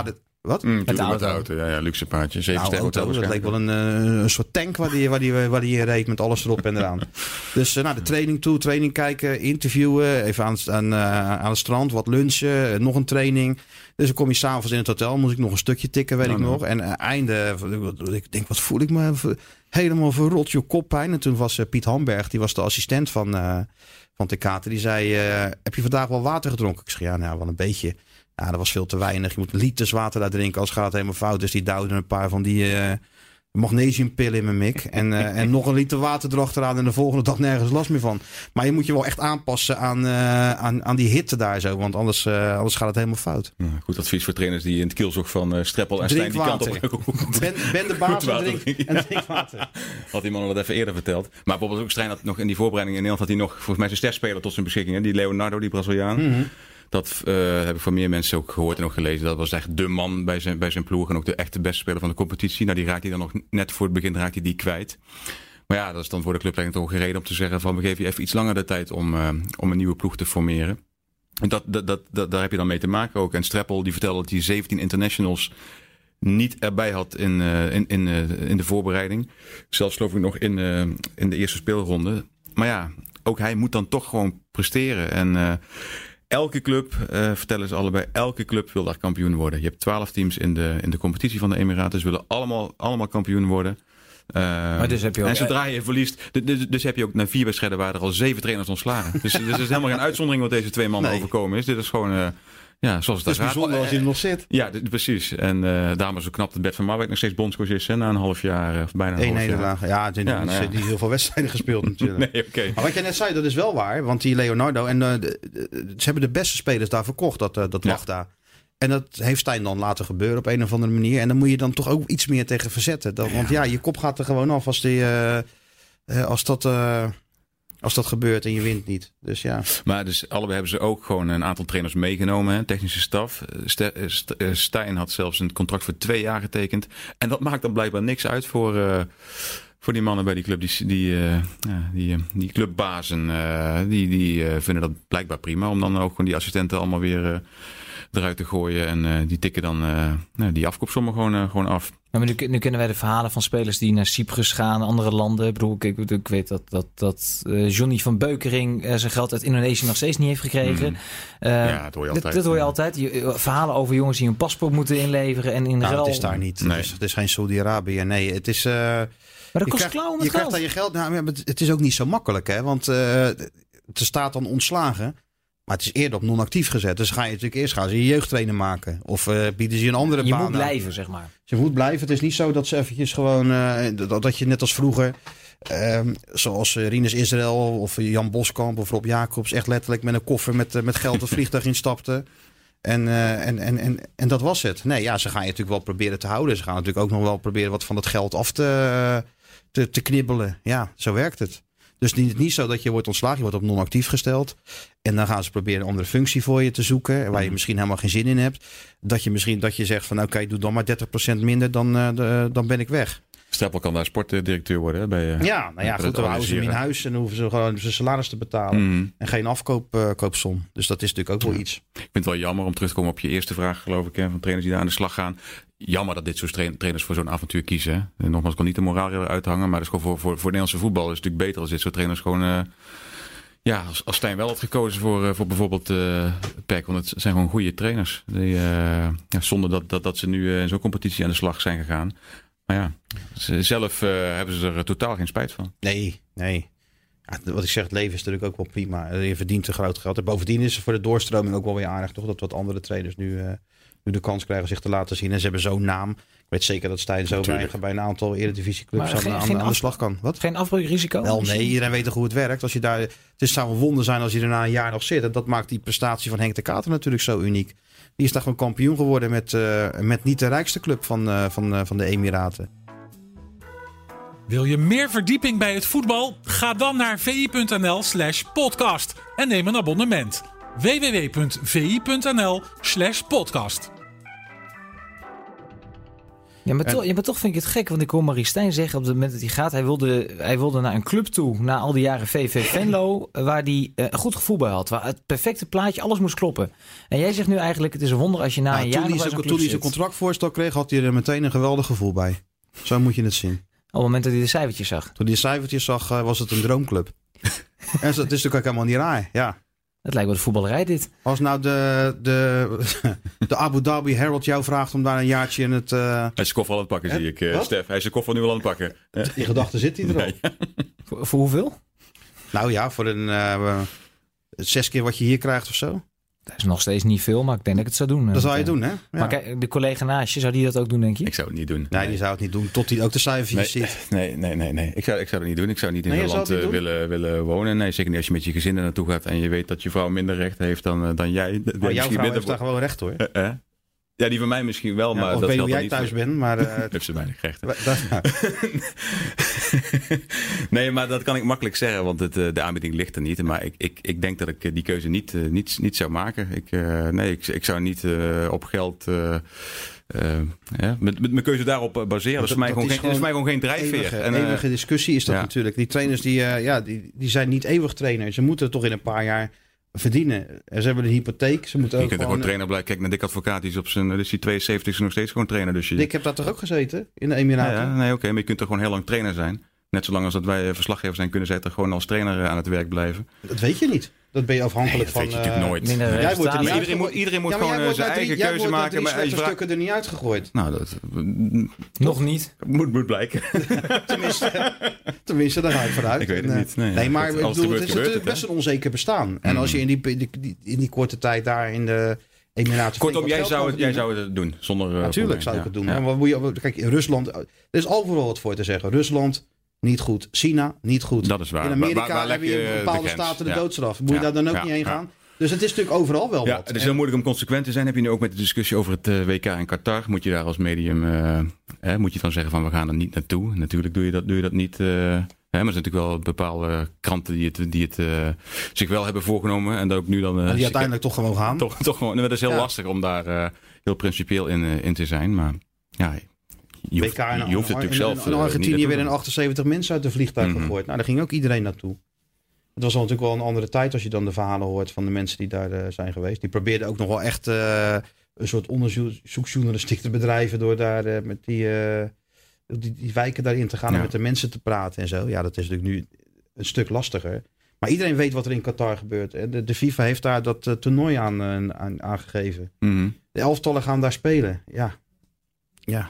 Speaker 1: Wat?
Speaker 2: Mm,
Speaker 4: Met de
Speaker 2: met de
Speaker 4: auto.
Speaker 2: auto. Ja, ja, luxe paardje. Zeven
Speaker 1: Nou,
Speaker 2: sterren
Speaker 1: auto,
Speaker 2: hotel
Speaker 1: dat leek wel
Speaker 2: waarschijnlijk.
Speaker 1: een, uh, een soort tank waar die, waar die, waar die in reed met alles erop en eraan. Dus uh, nou, de training toe, training kijken, interviewen, even aan, aan, uh, aan het strand, wat lunchen, uh, nog een training. Dus dan kom je s'avonds in het hotel, moest ik nog een stukje tikken, weet
Speaker 2: Oh,
Speaker 1: ik
Speaker 2: no.
Speaker 1: nog. En uh, einde, ik denk, wat voel ik me helemaal verrot, je koppijn. En toen was uh, Piet Hamberg, die was de assistent van, uh, van T Kater, die zei, uh, heb je vandaag wel water gedronken? Ik zei, ja, nou, wel een beetje. Ja, dat was veel te weinig. Je moet liters water daar drinken als het gaat helemaal fout. Dus die duwde een paar van die uh, magnesiumpillen in mijn mik. En, uh, en nog een liter water erachteraan en de volgende dag nergens last meer van. Maar je moet je wel echt aanpassen aan, uh, aan, aan die hitte daar zo. Want anders, uh, anders gaat het helemaal fout.
Speaker 2: Ja, goed advies voor trainers die in het kielzog van uh, Streppel en Stijn die kant op.
Speaker 1: Ben, ben de baas en drink, en drink water.
Speaker 2: Had die man al wat even eerder verteld. Maar bijvoorbeeld ook Stijn had nog in die voorbereiding in Nederland had hij nog volgens mij zijn sterspeler tot zijn beschikking. Hè? Die Leonardo, die Braziliaan.
Speaker 1: Mm-hmm.
Speaker 2: Dat uh, heb ik van meer mensen ook gehoord en ook gelezen. Dat was echt de man bij zijn, bij zijn ploeg. En ook de echte beste speler van de competitie. Nou, die raakt hij dan nog net voor het begin raakt hij die kwijt. Maar ja, dat is dan voor de clubleiding toch een reden om te zeggen van we geven je even iets langer de tijd om, uh, om een nieuwe ploeg te formeren. En dat, dat, dat, dat, daar heb je dan mee te maken ook. En Streppel die vertelde dat hij zeventien internationals niet erbij had in, uh, in, in, uh, in de voorbereiding. Zelfs geloof ik nog in, uh, in de eerste speelronde. Maar ja, ook hij moet dan toch gewoon presteren. En uh, elke club, uh, vertellen ze allebei, elke club wil daar kampioen worden. Je hebt twaalf teams in de, in de competitie van de Emiraten. Ze willen allemaal, allemaal kampioen worden. Uh,
Speaker 4: Maar dus heb je ook,
Speaker 2: en zodra je verliest, dus, dus heb je ook na vier wedstrijden waar er al zeven trainers ontslagen. Dus, dus het is helemaal geen uitzondering wat deze twee mannen
Speaker 1: Nee.
Speaker 2: overkomen is. Dit is gewoon, uh, ja, zoals het
Speaker 1: Het is
Speaker 2: daar gaat.
Speaker 1: bijzonder als je er nog zit.
Speaker 2: Ja, dit, precies. En uh, daarom is zo knap dat Bert van Marwijk nog steeds bondscoach is. Hè, na een half jaar, uh, of bijna een
Speaker 1: Eén
Speaker 2: half jaar.
Speaker 1: nederlaag. Ja, die,
Speaker 2: Ja, nou ja.
Speaker 1: die heel veel wedstrijden gespeeld natuurlijk.
Speaker 2: Nee, oké. Okay.
Speaker 1: Maar wat jij net zei, dat is wel waar. Want die Leonardo, en uh, de, de, ze hebben de beste spelers daar verkocht, dat, uh, dat
Speaker 2: Ja.
Speaker 1: lag daar. En dat heeft Stijn dan laten gebeuren op een of andere manier. En dan moet je dan toch ook iets meer tegen verzetten. Dat, want ja, je kop gaat er gewoon af als, die, uh, uh, als, dat, uh, als dat gebeurt en je wint niet. Dus ja.
Speaker 2: Maar dus allebei hebben ze ook gewoon een aantal trainers meegenomen. Hè, technische staf. St- St- Stijn had zelfs een contract voor twee jaar getekend. En dat maakt dan blijkbaar niks uit voor... Uh, Voor die mannen bij die club, die, die, uh, ja, die, uh, die clubbazen, uh, die, die uh, vinden dat blijkbaar prima. Om dan ook gewoon die assistenten allemaal weer uh, eruit te gooien. En uh, die tikken dan uh, nou, die afkoopsommen gewoon, uh, gewoon af.
Speaker 4: Ja, maar nu, nu kennen wij de verhalen van spelers die naar Cyprus gaan, andere landen. Ik bedoel, ik, ik weet dat, dat, dat uh, Johnny van Beukering uh, zijn geld uit Indonesië nog steeds niet heeft gekregen.
Speaker 2: Mm.
Speaker 4: Uh,
Speaker 2: Ja, dat hoor je altijd.
Speaker 4: Dat, dat hoor je altijd. Je, verhalen over jongens die een paspoort moeten inleveren en in
Speaker 1: Nou,
Speaker 4: ruil...
Speaker 1: het is daar niet.
Speaker 2: Nee.
Speaker 1: Het, is, het is geen Saudi-Arabië. Nee, het is... Uh,
Speaker 4: Maar dat
Speaker 1: je
Speaker 4: kost
Speaker 1: krijgt,
Speaker 4: klauwen
Speaker 1: je
Speaker 4: met
Speaker 1: krijgt
Speaker 4: geld.
Speaker 1: aan je geld. Nou, maar het is ook niet zo makkelijk, hè? Want uh, er staat dan ontslagen. Maar het is eerder op non-actief gezet. Dus ga je natuurlijk eerst gaan ze je jeugdtrainer maken. Of uh, bieden ze je een andere
Speaker 4: Je
Speaker 1: baan
Speaker 4: moet
Speaker 1: aan.
Speaker 4: blijven, zeg maar.
Speaker 1: Ze moet blijven. Het is niet zo dat ze eventjes gewoon... Uh, dat, dat je net als vroeger... Um, zoals uh, Rinus Israël of Jan Boskamp of Rob Jacobs... echt letterlijk met een koffer met, uh, met geld het vliegtuig instapte. En, uh, en, en, en, en dat was het. Nee, ja, ze gaan je natuurlijk wel proberen te houden. Ze gaan natuurlijk ook nog wel proberen wat van dat geld af te, te, te knibbelen. Ja, zo werkt het. Dus niet, niet zo dat je wordt ontslagen, je wordt op non-actief gesteld. En dan gaan ze proberen een andere functie voor je te zoeken. Waar je misschien helemaal geen zin in hebt. Dat je misschien dat je zegt van oké, okay, doe dan maar dertig procent minder, dan, uh, de, dan ben ik weg.
Speaker 2: Streppel kan daar sportdirecteur worden hè, bij uh,
Speaker 1: Ja, nou ja, goed, dan houden ze hem in huis en dan hoeven ze gewoon zijn salaris te betalen.
Speaker 2: Mm.
Speaker 1: En geen afkoopsom. Uh, dus dat is natuurlijk ook wel iets.
Speaker 2: Ik vind het wel jammer om terug te komen op je eerste vraag, geloof ik, hè, van trainers die daar aan de slag gaan. Jammer dat dit soort trainers voor zo'n avontuur kiezen. Hè. En nogmaals, ik kan niet de moraal eruit hangen, maar dat is gewoon voor, voor, voor het Nederlandse voetbal is het natuurlijk beter als dit soort trainers gewoon... Uh, ja, als, als Stijn wel had gekozen voor, uh, voor bijvoorbeeld uh, P E C, want het zijn gewoon goede trainers. Die, uh, ja, zonder dat, dat, dat ze nu uh, in zo'n competitie aan de slag zijn gegaan. Maar ja, ze, zelf uh, hebben ze er totaal geen spijt van.
Speaker 1: Nee, nee. Ja, wat ik zeg, het leven is natuurlijk ook wel prima. Je verdient te groot geld. En bovendien is het voor de doorstroming ook wel weer aardig, toch? Dat wat andere trainers nu, uh, nu de kans krijgen zich te laten zien. En ze hebben zo'n naam. Ik weet zeker dat Stijn zo bij, bij een aantal eredivisieclubs aan,
Speaker 4: geen,
Speaker 1: aan,
Speaker 4: geen
Speaker 1: aan de
Speaker 4: af,
Speaker 1: slag kan. Wat?
Speaker 4: Geen afbreukrisico?
Speaker 1: Wel, nee, iedereen weet toch hoe het werkt. Als je daar, het is, zou een wonder zijn als je er na een jaar nog zit. En dat maakt die prestatie van Henk de Kater natuurlijk zo uniek. Die is daar gewoon kampioen geworden met, uh, met niet de rijkste club van, uh, van, uh, van de Emiraten.
Speaker 3: Wil je meer verdieping bij het voetbal? Ga dan naar vi.nl slash podcast en neem een abonnement. www.vi.nl slash podcast.
Speaker 4: Ja, maar,
Speaker 1: En-
Speaker 4: toch, ja, maar toch vind ik het gek, want ik hoor Maurice Stijn zeggen op het moment dat hij gaat, hij wilde, hij wilde naar een club toe, na al die jaren V V Venlo, waar hij uh, een goed gevoel bij had, waar het perfecte plaatje, alles moest kloppen. En jij zegt nu eigenlijk, het is een wonder als je na
Speaker 1: Nou,
Speaker 4: een
Speaker 1: toen
Speaker 4: jaar
Speaker 1: hij
Speaker 4: nog bij
Speaker 1: zijn-
Speaker 4: zo'n
Speaker 1: toen
Speaker 4: club
Speaker 1: hij zijn
Speaker 4: zit.
Speaker 1: contractvoorstel kreeg, had hij er meteen een geweldig gevoel bij. Zo moet je het zien.
Speaker 4: Op het moment dat hij de cijfertjes zag.
Speaker 1: Toen hij de cijfertjes zag, uh, was het een droomclub. En dat is natuurlijk ook helemaal niet raar. Ja.
Speaker 4: Het lijkt wel de voetballerij dit.
Speaker 1: Als nou de, de, de Abu Dhabi Herald jou vraagt om daar een jaartje in het... Uh...
Speaker 2: Hij is zijn koffer al aan het pakken,
Speaker 1: Hè?
Speaker 2: zie ik, uh,
Speaker 1: Wat?
Speaker 2: Stef. Hij is zijn koffer nu al aan het pakken. Uh,
Speaker 1: In gedachten zit hij er al.
Speaker 2: nee, ja.
Speaker 4: Voor, voor hoeveel?
Speaker 1: Nou ja, voor een uh, zes keer wat je hier krijgt of zo.
Speaker 4: Dat is nog steeds niet veel, maar ik denk dat ik het zou doen.
Speaker 1: Dat zou je doen, hè? Ja.
Speaker 4: Maar kijk, de collega naast je, zou die dat ook doen, denk je?
Speaker 2: Ik zou het niet doen.
Speaker 1: Nee, die zou het niet doen, tot hij ook de cijfertjes
Speaker 2: Nee,
Speaker 1: ziet.
Speaker 2: nee, nee, nee, nee. Ik zou, ik zou het niet doen. Ik zou niet in
Speaker 1: Nee, je
Speaker 2: Nederland
Speaker 1: zou het niet
Speaker 2: uh, willen, willen wonen. Nee, zeker niet als je met je gezin er naartoe gaat en je weet dat je vrouw minder recht heeft dan, uh, dan jij.
Speaker 1: Maar jouw vrouw
Speaker 2: minder
Speaker 1: heeft daar gewoon recht hoor.
Speaker 2: Uh, uh. Ja, die van mij misschien wel,
Speaker 1: Ja,
Speaker 2: maar
Speaker 1: of
Speaker 2: dat
Speaker 1: weet je hoe
Speaker 2: geldt
Speaker 1: jij
Speaker 2: dan niet
Speaker 1: thuis
Speaker 2: voor-
Speaker 1: bent, maar... Uh,
Speaker 2: heeft ze weinig rechten.
Speaker 1: dat,
Speaker 2: Nee, maar dat kan ik makkelijk zeggen, want het, uh, de aanbieding ligt er niet. Maar ik, ik, ik denk dat ik uh, die keuze niet, uh, niet, niet zou maken. Ik, uh, nee, ik, ik zou niet uh, op geld... Uh, uh, ja, met, met mijn keuze daarop baseren. Dat is voor mij
Speaker 1: dat
Speaker 2: gewoon
Speaker 1: is
Speaker 2: geen, dat is voor mij gewoon geen drijfveer.
Speaker 1: Eeuwige,
Speaker 2: En, uh,
Speaker 1: eeuwige discussie is dat
Speaker 2: ja.
Speaker 1: natuurlijk. Die trainers die, uh, ja, die, die zijn niet eeuwig trainer. Ze moeten toch in een paar jaar verdienen. En ze hebben een hypotheek. Ze moeten
Speaker 2: je
Speaker 1: ook
Speaker 2: kunt er
Speaker 1: gewoon...
Speaker 2: gewoon trainer blijven. Kijk naar Dick Advocaat, die is op zijn, dus die tweeënzeventig is nog steeds gewoon trainer. Dus je,
Speaker 1: Ik heb daar toch ook gezeten? In de
Speaker 2: ja,
Speaker 1: Emiraten?
Speaker 2: ja, nee, oké, okay, maar je kunt er gewoon heel lang trainer zijn. Net zolang als dat wij verslaggever zijn, kunnen zij er gewoon als trainer uh, aan het werk blijven.
Speaker 1: Dat weet je niet. Dat ben je afhankelijk
Speaker 2: Nee, dat
Speaker 1: van...
Speaker 2: weet je
Speaker 1: uh,
Speaker 2: natuurlijk nooit.
Speaker 4: Minder
Speaker 1: Jij wordt er
Speaker 4: resultaten.
Speaker 1: niet
Speaker 2: Maar iedereen moet, iedereen moet
Speaker 1: Ja, maar
Speaker 2: gewoon
Speaker 1: jij
Speaker 2: uh,
Speaker 1: wordt
Speaker 2: zijn
Speaker 1: na drie-
Speaker 2: eigen keuze
Speaker 1: jij wordt na
Speaker 2: maken.
Speaker 1: drie
Speaker 2: Maar als je vraagt,
Speaker 1: stukken er niet uitgegooid.
Speaker 2: nou, dat
Speaker 4: Nog niet.
Speaker 2: moet, moet blijken.
Speaker 1: Tenminste, tenminste daar ga ik vanuit.
Speaker 2: Ik weet het
Speaker 1: En, uh,
Speaker 2: niet. Nee,
Speaker 1: Nee, maar
Speaker 2: goed,
Speaker 1: ik
Speaker 2: als
Speaker 1: bedoel,
Speaker 2: het
Speaker 1: het is
Speaker 2: gebeurt,
Speaker 1: natuurlijk
Speaker 2: gebeurt
Speaker 1: best
Speaker 2: het,
Speaker 1: een onzeker bestaan. En
Speaker 2: Mm.
Speaker 1: als je in die, die, die, in die korte tijd daar in de Emiraten...
Speaker 2: Kortom,
Speaker 1: flink
Speaker 2: jij
Speaker 1: wat geld
Speaker 2: zou,
Speaker 1: kan
Speaker 2: het, jij
Speaker 1: verdienen.
Speaker 2: zou het doen. Zonder, uh,
Speaker 1: Natuurlijk
Speaker 2: probleem.
Speaker 1: zou ik het doen.
Speaker 2: Ja.
Speaker 1: En wat moet je, kijk, in Rusland, er is overal wat voor te zeggen. Rusland, niet goed. China, niet goed.
Speaker 2: Dat is waar.
Speaker 1: In Amerika
Speaker 2: Waar- waar- waar
Speaker 1: heb
Speaker 2: leg
Speaker 1: je
Speaker 2: je
Speaker 1: in
Speaker 2: de
Speaker 1: bepaalde
Speaker 2: grens?
Speaker 1: staten de
Speaker 2: Ja.
Speaker 1: doodstraf. Moet je
Speaker 2: Ja.
Speaker 1: daar dan ook
Speaker 2: Ja.
Speaker 1: niet heen
Speaker 2: Ja.
Speaker 1: gaan? Dus het is natuurlijk overal wel
Speaker 2: Ja,
Speaker 1: wat.
Speaker 2: het is
Speaker 1: En-
Speaker 2: heel moeilijk om consequent te zijn. Heb je nu ook met de discussie over het uh, W K in Qatar. Moet je daar als medium, uh, hè, moet je dan zeggen van we gaan er niet naartoe. Natuurlijk doe je dat, doe je dat niet. Uh, hè, maar er zijn natuurlijk wel bepaalde kranten die het, die het uh, zich wel hebben voorgenomen. En dat ook nu dan... Uh,
Speaker 1: die uiteindelijk toch gewoon gaan.
Speaker 2: Toch, toch gewoon, dat is heel
Speaker 1: Ja.
Speaker 2: lastig om daar uh, heel principieel in, uh, in te zijn. Maar ja, je hoeft,
Speaker 1: W K en
Speaker 2: je hoeft het natuurlijk
Speaker 1: in,
Speaker 2: zelf
Speaker 1: in
Speaker 2: uh,
Speaker 1: Argentinië
Speaker 2: niet
Speaker 1: weer in
Speaker 2: naartoe.
Speaker 1: achtenzeventig mensen uit de vliegtuig
Speaker 2: Mhm.
Speaker 1: gegooid. Nou, daar ging ook iedereen naartoe. Het was al natuurlijk wel een andere tijd als je dan de verhalen hoort van de mensen die daar uh, zijn geweest. Die probeerden ook nog wel echt uh, een soort onderzoeksjournalistiek te bedrijven door daar uh, met die, uh, die, die wijken daarin te gaan
Speaker 2: Ja.
Speaker 1: en met de mensen te praten en zo. Ja, dat is natuurlijk nu een stuk lastiger. Maar iedereen weet wat er in Qatar gebeurt. Hè. De, de FIFA heeft daar dat uh, toernooi aan, uh, aan aangegeven.
Speaker 2: Mhm.
Speaker 1: De elftallen gaan daar spelen. Ja. Ja.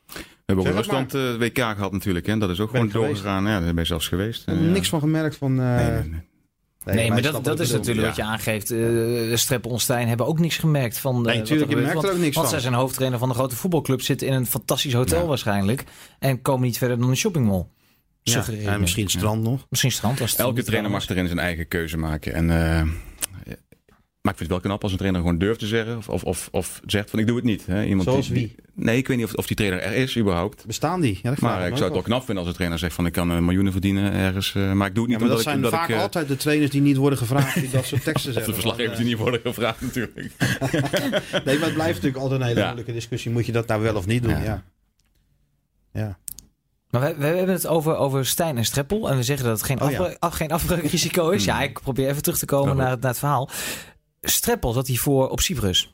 Speaker 2: We hebben ook in
Speaker 1: Zeg het
Speaker 2: Rusland uh, W K gehad natuurlijk. Hè? Dat is ook
Speaker 1: Ben
Speaker 2: gewoon
Speaker 1: ik geweest.
Speaker 2: doorgegaan. Ja, daar ben je zelfs geweest.
Speaker 1: Ik heb
Speaker 2: Uh,
Speaker 1: er
Speaker 2: ja.
Speaker 1: niks van gemerkt van... Uh,
Speaker 2: Nee, nee, nee.
Speaker 4: Nee, maar dat,
Speaker 1: dat
Speaker 4: dat is natuurlijk wat je aangeeft. Uh, Streppel en Stijn hebben ook niks gemerkt van. Uh,
Speaker 1: Nee,
Speaker 4: wat
Speaker 1: natuurlijk, je
Speaker 4: gebeurt.
Speaker 1: merkt er
Speaker 4: want,
Speaker 1: ook niks
Speaker 4: want
Speaker 1: van.
Speaker 4: zij zijn hoofdtrainer van de grote voetbalclub, zitten in een fantastisch hotel
Speaker 2: Ja.
Speaker 4: waarschijnlijk. En komen niet verder dan een shoppingmall.
Speaker 1: Ja,
Speaker 4: Suggereer je.
Speaker 1: en misschien het strand nog.
Speaker 4: Misschien strand. Als het
Speaker 2: Elke
Speaker 4: niet
Speaker 2: trainer
Speaker 4: warm
Speaker 2: mag erin zijn eigen keuze maken. En, uh, maar ik vind het wel knap als een trainer gewoon durft te zeggen. Of, of, of, of zegt van ik doe het niet. Hè? Iemand
Speaker 1: Zoals
Speaker 2: die,
Speaker 1: wie?
Speaker 2: die- nee, ik weet niet of, of die trainer er is überhaupt.
Speaker 1: Bestaan die? Ja, dat vraag
Speaker 2: Maar
Speaker 1: me
Speaker 2: ik
Speaker 1: ook
Speaker 2: zou het wel
Speaker 1: af.
Speaker 2: knap vinden als een trainer zegt van ik kan uh, miljoenen verdienen ergens. Uh, maar ik doe het
Speaker 1: Ja,
Speaker 2: niet
Speaker 1: maar dat
Speaker 2: omdat
Speaker 1: zijn
Speaker 2: ik... omdat
Speaker 1: vaak
Speaker 2: ik uh,
Speaker 1: altijd de trainers die niet worden gevraagd die dat soort teksten
Speaker 2: of
Speaker 1: zeggen.
Speaker 2: de verslaggevers die niet worden gevraagd natuurlijk.
Speaker 1: Nee, maar het blijft natuurlijk altijd een hele
Speaker 2: Ja.
Speaker 1: moeilijke discussie. Moet je dat nou wel of niet doen? Ja.
Speaker 2: Ja.
Speaker 1: Ja. ja.
Speaker 4: Maar we, we hebben het over, over Stijn en Streppel. En we zeggen dat het geen,
Speaker 1: Oh, ja.
Speaker 4: afbreuk, af, geen afbreukrisico is.
Speaker 2: Hmm.
Speaker 4: Ja, ik probeer even terug te komen
Speaker 2: Nou,
Speaker 4: naar het, naar het verhaal. Streppel zat hiervoor op Cyprus.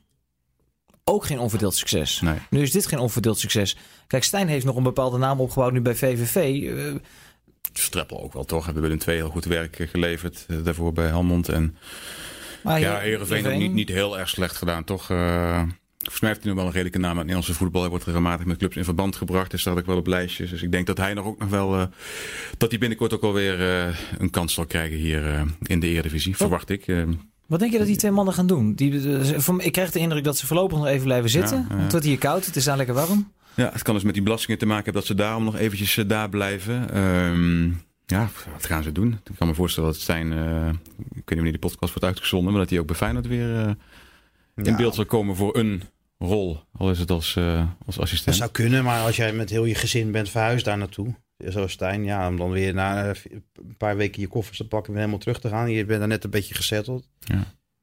Speaker 4: Ook geen onverdeeld succes.
Speaker 2: Nee.
Speaker 4: Nu is dit geen onverdeeld succes. Kijk, Stijn heeft nog een bepaalde naam opgebouwd nu bij V V V. Uh,
Speaker 2: Streppel ook wel toch. We hebben in twee heel goed werk uh, geleverd. Uh, daarvoor bij Helmond. En
Speaker 4: maar
Speaker 2: ja, Heerenveen ook niet, niet heel erg slecht gedaan toch. Uh, Volgens mij heeft hij nu wel een redelijke naam aan het Nederlandse voetbal. Hij wordt regelmatig met clubs in verband gebracht. Dus staat ook wel op lijstjes. Dus ik denk dat hij nog ook nog wel... Uh, dat hij binnenkort ook alweer uh, een kans zal krijgen hier uh, in de Eredivisie. Verwacht ik. Uh,
Speaker 4: Wat denk je dat die twee mannen gaan doen? Die, uh, van, ik krijg de indruk dat ze voorlopig nog even blijven zitten.
Speaker 2: Ja, ja.
Speaker 4: Want het wordt hier koud. Het is daar lekker warm.
Speaker 2: ja, het kan dus met die belastingen te maken hebben dat ze daarom nog eventjes uh, daar blijven. Um, ja, wat gaan ze doen? Ik kan me voorstellen dat Stijn... Uh, ik weet niet wanneer die podcast wordt uitgezonden. Maar dat hij ook bij Feyenoord weer uh, in
Speaker 1: Ja.
Speaker 2: beeld zal komen voor een... rol, al is het als, uh, als
Speaker 1: Dat
Speaker 2: assistent.
Speaker 1: zou kunnen, maar als jij met heel je gezin bent verhuisd daar naartoe. Zoals Stijn, ja, om dan weer na uh, een paar weken je koffers te pakken en weer helemaal terug te gaan. Je bent daar net een beetje gesetteld.
Speaker 2: Ja.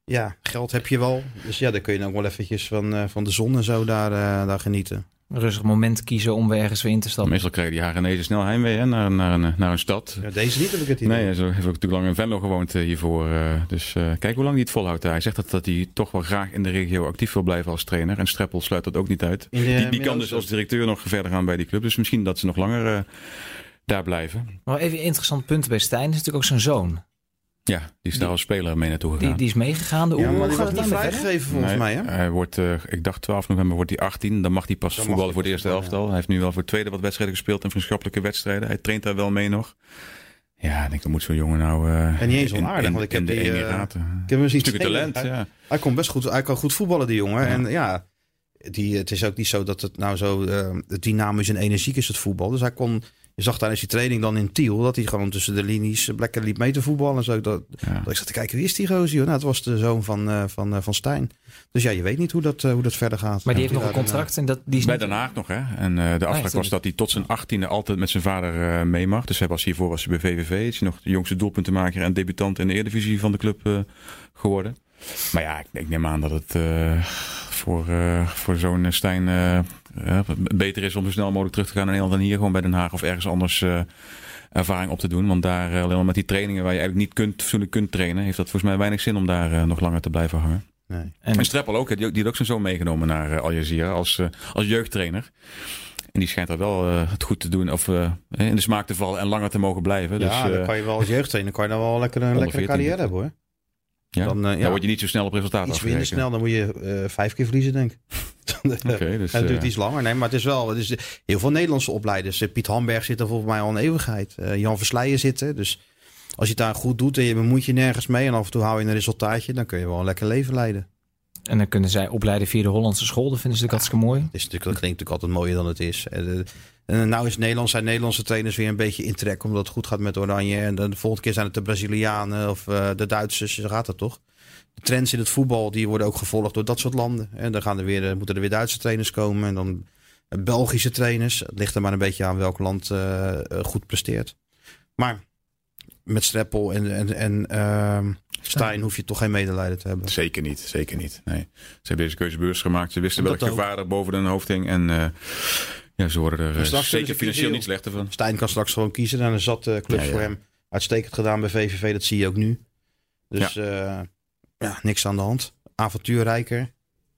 Speaker 1: Ja, geld heb je wel. Dus ja, dan kun je ook wel eventjes van, uh, van de zon en zo daar, uh, daar genieten.
Speaker 4: Een rustig moment kiezen om weer ergens weer in te stappen.
Speaker 2: Meestal krijgen die Hagenezen snel heimwee hè, naar, naar, een, naar een stad.
Speaker 1: Ja, deze niet, heb ik het idee.
Speaker 2: Nee, zo heeft ook natuurlijk lang in Venlo gewoond uh, hiervoor. Uh, dus uh, kijk hoe lang hij het volhoudt. Hij zegt dat, dat hij toch wel graag in de regio actief wil blijven als trainer. En Streppel sluit dat ook niet uit. De, die die kan dus als directeur nog verder gaan bij die club. Dus misschien dat ze nog langer uh, daar blijven.
Speaker 4: Maar even een interessant punt bij Stijn. is natuurlijk ook zijn zoon.
Speaker 2: Ja, die is daar als speler mee naartoe gegaan.
Speaker 4: Die, die is meegegaan. De
Speaker 1: ja, maar die
Speaker 4: gaat
Speaker 1: wordt niet vrijgegeven volgens
Speaker 2: nee,
Speaker 1: mij. Hè?
Speaker 2: Hij wordt, uh, ik dacht twaalf november wordt hij achttien. Dan mag hij pas
Speaker 1: dan
Speaker 2: voetballen voor de eerste
Speaker 1: voetballen,
Speaker 2: elftal.
Speaker 1: ja.
Speaker 2: Hij heeft nu wel voor het tweede wat wedstrijden gespeeld en vriendschappelijke wedstrijden. Hij traint daar wel mee nog. Ja, ik denk, dan moet zo'n jongen nou... Uh,
Speaker 1: en niet eens
Speaker 2: in,
Speaker 1: onaardig,
Speaker 2: in,
Speaker 1: want ik heb
Speaker 2: in de
Speaker 1: die... Uh,
Speaker 2: Emiraten.
Speaker 1: ik heb hem zien
Speaker 2: Een stukje talent,
Speaker 1: hij,
Speaker 2: ja.
Speaker 1: Hij kon best goed, hij kan goed voetballen, die jongen.
Speaker 2: Ja.
Speaker 1: En ja, die, het is ook niet zo dat het nou zo uh, dynamisch en energiek is, het voetbal. Dus hij kon... Je zag tijdens die training dan in Tiel dat hij gewoon tussen de linies lekker liep mee te voetballen. En zo. Dat,
Speaker 2: Ja.
Speaker 1: dat ik zat te kijken, wie is die gozer? Nou, het was de zoon van, uh, van, uh, van Stijn. Dus ja, je weet niet hoe dat, uh, hoe dat verder gaat.
Speaker 4: Maar die
Speaker 1: ja,
Speaker 4: heeft nog een contract. En dat, die is
Speaker 2: Bij
Speaker 4: niet...
Speaker 2: Den Haag nog, hè. En uh, de afspraak
Speaker 4: ja,
Speaker 2: was dat hij tot zijn achttiende altijd met zijn vader uh, mee mag. Dus hij was hiervoor was hij bij V V V. Is hij nog de jongste doelpuntenmaker en debutant in de Eredivisie van de club uh, geworden. Maar ja, ik, ik neem aan dat het uh, voor, uh, voor zo'n Stijn uh, uh, beter is om zo snel mogelijk terug te gaan naar Nederland dan hier gewoon bij Den Haag of ergens anders uh, ervaring op te doen. Want daar uh, alleen maar met die trainingen waar je eigenlijk niet kunt, fatsoenlijk kunt trainen, heeft dat volgens mij weinig zin om daar uh, nog langer te blijven hangen.
Speaker 1: Nee.
Speaker 2: En, en Streppel ook, die, die had ook zijn zoon meegenomen naar uh, Al Jazeera als, uh, als jeugdtrainer. En die schijnt er wel uh, het goed te doen of uh, in de smaak te vallen en langer te mogen blijven.
Speaker 1: Ja,
Speaker 2: dus,
Speaker 1: dan kan je wel als jeugdtrainer kan je dan wel lekker een lekkere carrière hebben, hoor.
Speaker 2: Ja?
Speaker 1: Dan, uh, ja.
Speaker 2: dan word je niet zo snel op resultaten
Speaker 1: Iets
Speaker 2: afgerekend.
Speaker 1: minder snel, dan moet je uh, vijf keer verliezen, denk ik.
Speaker 2: Okay, dus,
Speaker 1: het duurt
Speaker 2: uh,
Speaker 1: iets langer. Nee, maar het is wel... Het is heel veel Nederlandse opleiders. Piet Hamberg zit er volgens mij al een eeuwigheid. Uh, Jan Versleijen zit er. Dus als je het daar goed doet en je bemoeit je nergens mee... en af en toe hou je een resultaatje... dan kun je wel een lekker leven leiden.
Speaker 4: En dan kunnen zij opleiden via de Hollandse school. Dat vinden ze natuurlijk hartstikke mooi.
Speaker 1: Het is natuurlijk, dat klinkt natuurlijk altijd mooier dan het is. En, en nou is Nederland, zijn Nederlandse trainers weer een beetje in trek... omdat het goed gaat met Oranje. En de volgende keer zijn het de Brazilianen of uh, de Duitsers. Zo gaat het toch? De trends in het voetbal die worden ook gevolgd door dat soort landen. En dan gaan er weer, moeten er weer Duitse trainers komen. En dan Belgische trainers. Het ligt er maar een beetje aan welk land uh, goed presteert. Maar met Streppel en, en, en uh, Stijn hoef je toch geen medelijden te hebben.
Speaker 2: Zeker niet, zeker niet. Nee. Ze hebben deze keuze bewust gemaakt. Ze wisten
Speaker 1: Dat
Speaker 2: welk
Speaker 1: ook.
Speaker 2: gevaar er boven hun hoofd hing. En uh, ja, ze worden er uh,
Speaker 1: straks
Speaker 2: zeker
Speaker 1: kunnen ze
Speaker 2: financieel
Speaker 1: kiezen,
Speaker 2: niet slechter van.
Speaker 1: Stijn kan straks gewoon kiezen. En er zat uh, clubs
Speaker 2: Ja, ja.
Speaker 1: voor hem. Uitstekend gedaan bij V V V, dat zie je ook nu. Dus ja, uh, ja niks aan de hand. Avontuurrijker.